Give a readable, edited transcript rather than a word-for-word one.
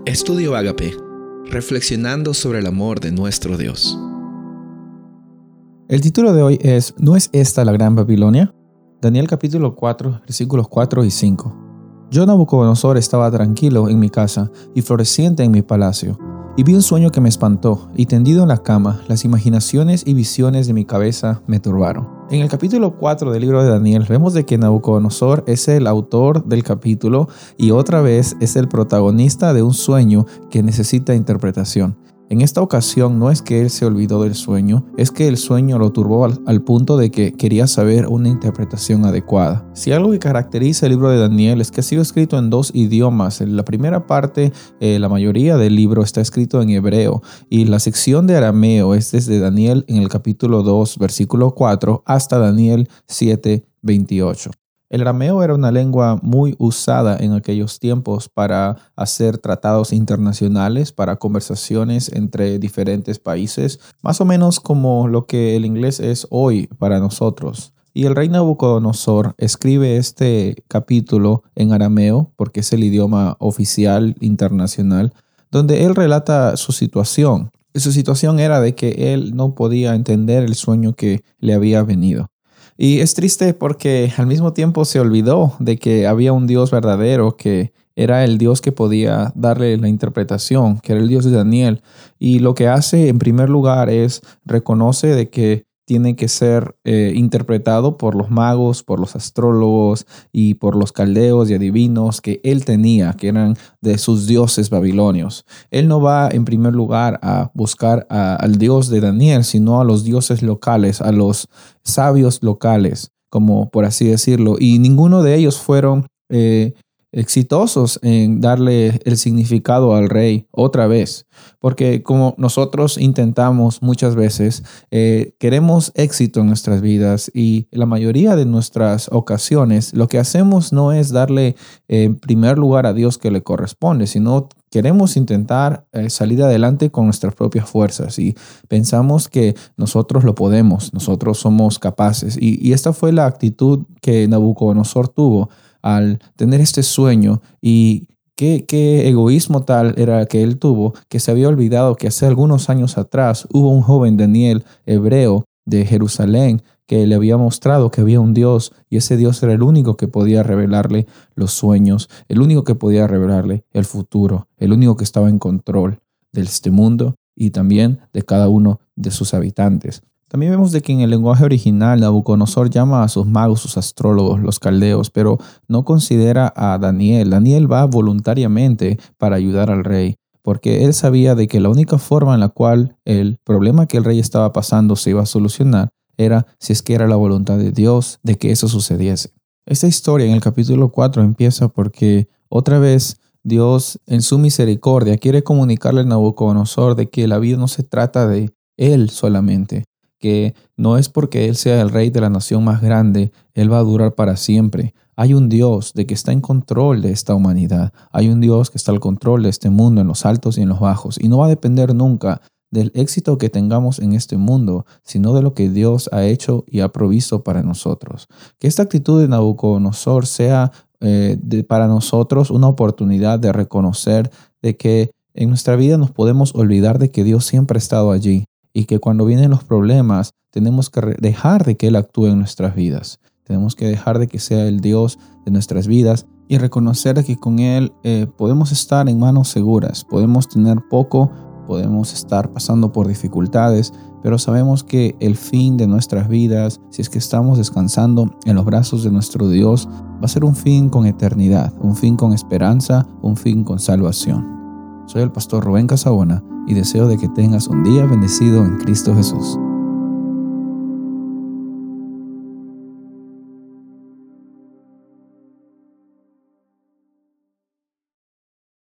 Estudio Ágape, reflexionando sobre el amor de nuestro Dios. El título de hoy es ¿No es esta la gran Babilonia? Daniel capítulo 4, versículos 4 y 5. Yo, Nabucodonosor, estaba tranquilo en mi casa y floreciente en mi palacio, y vi un sueño que me espantó, y tendido en la cama, las imaginaciones y visiones de mi cabeza me turbaron. En el capítulo 4 del libro de Daniel vemos de que Nabucodonosor es el autor del capítulo y otra vez es el protagonista de un sueño que necesita interpretación. En esta ocasión no es que él se olvidó del sueño, es que el sueño lo turbó al punto de que quería saber una interpretación adecuada. Si algo que caracteriza el libro de Daniel es que ha sido escrito en dos idiomas. En la primera parte, la mayoría del libro está escrito en hebreo y la sección de arameo es desde Daniel en el capítulo 2, versículo 4 hasta Daniel 7, 28. El arameo era una lengua muy usada en aquellos tiempos para hacer tratados internacionales, para conversaciones entre diferentes países, más o menos como lo que el inglés es hoy para nosotros. Y el rey Nabucodonosor escribe este capítulo en arameo, porque es el idioma oficial internacional, donde él relata su situación. Su situación era de que él no podía entender el sueño que le había venido. Y es triste porque al mismo tiempo se olvidó de que había un Dios verdadero, que era el Dios que podía darle la interpretación, que era el Dios de Daniel. Y lo que hace en primer lugar es reconoce de que tiene que ser interpretado por los magos, por los astrólogos y por los caldeos y adivinos que él tenía, que eran de sus dioses babilonios. Él no va en primer lugar a buscar al Dios de Daniel, sino a los dioses locales, a los sabios locales, como por así decirlo. Y ninguno de ellos fueron exitosos en darle el significado al rey otra vez, porque como nosotros intentamos muchas veces, queremos éxito en nuestras vidas y la mayoría de nuestras ocasiones lo que hacemos no es darle en primer lugar a Dios que le corresponde, sino queremos intentar salir adelante con nuestras propias fuerzas y pensamos que nosotros lo podemos, nosotros somos capaces y esta fue la actitud que Nabucodonosor tuvo al tener este sueño. Y qué egoísmo tal era que él tuvo, que se había olvidado que hace algunos años atrás hubo un joven Daniel hebreo de Jerusalén que le había mostrado que había un Dios y ese Dios era el único que podía revelarle los sueños, el único que podía revelarle el futuro, el único que estaba en control de este mundo y también de cada uno de sus habitantes. También vemos de que en el lenguaje original Nabucodonosor llama a sus magos, sus astrólogos, los caldeos, pero no considera a Daniel. Daniel va voluntariamente para ayudar al rey, porque él sabía de que la única forma en la cual el problema que el rey estaba pasando se iba a solucionar era si es que era la voluntad de Dios de que eso sucediese. Esta historia en el capítulo 4 empieza porque otra vez Dios en su misericordia quiere comunicarle a Nabucodonosor de que la vida no se trata de él solamente, que no es porque él sea el rey de la nación más grande, él va a durar para siempre. Hay un Dios de que está en control de esta humanidad. Hay un Dios que está al control de este mundo en los altos y en los bajos. Y no va a depender nunca del éxito que tengamos en este mundo, sino de lo que Dios ha hecho y ha provisto para nosotros. Que esta actitud de Nabucodonosor sea para nosotros una oportunidad de reconocer de que en nuestra vida nos podemos olvidar de que Dios siempre ha estado allí. Y que cuando vienen los problemas tenemos que dejar de que Él actúe en nuestras vidas. Tenemos que dejar de que sea el Dios de nuestras vidas y reconocer que con Él podemos estar en manos seguras. Podemos tener poco, podemos estar pasando por dificultades, pero sabemos que el fin de nuestras vidas, si es que estamos descansando en los brazos de nuestro Dios, va a ser un fin con eternidad, un fin con esperanza, un fin con salvación. Soy el pastor Rubén Casabona y deseo de que tengas un día bendecido en Cristo Jesús.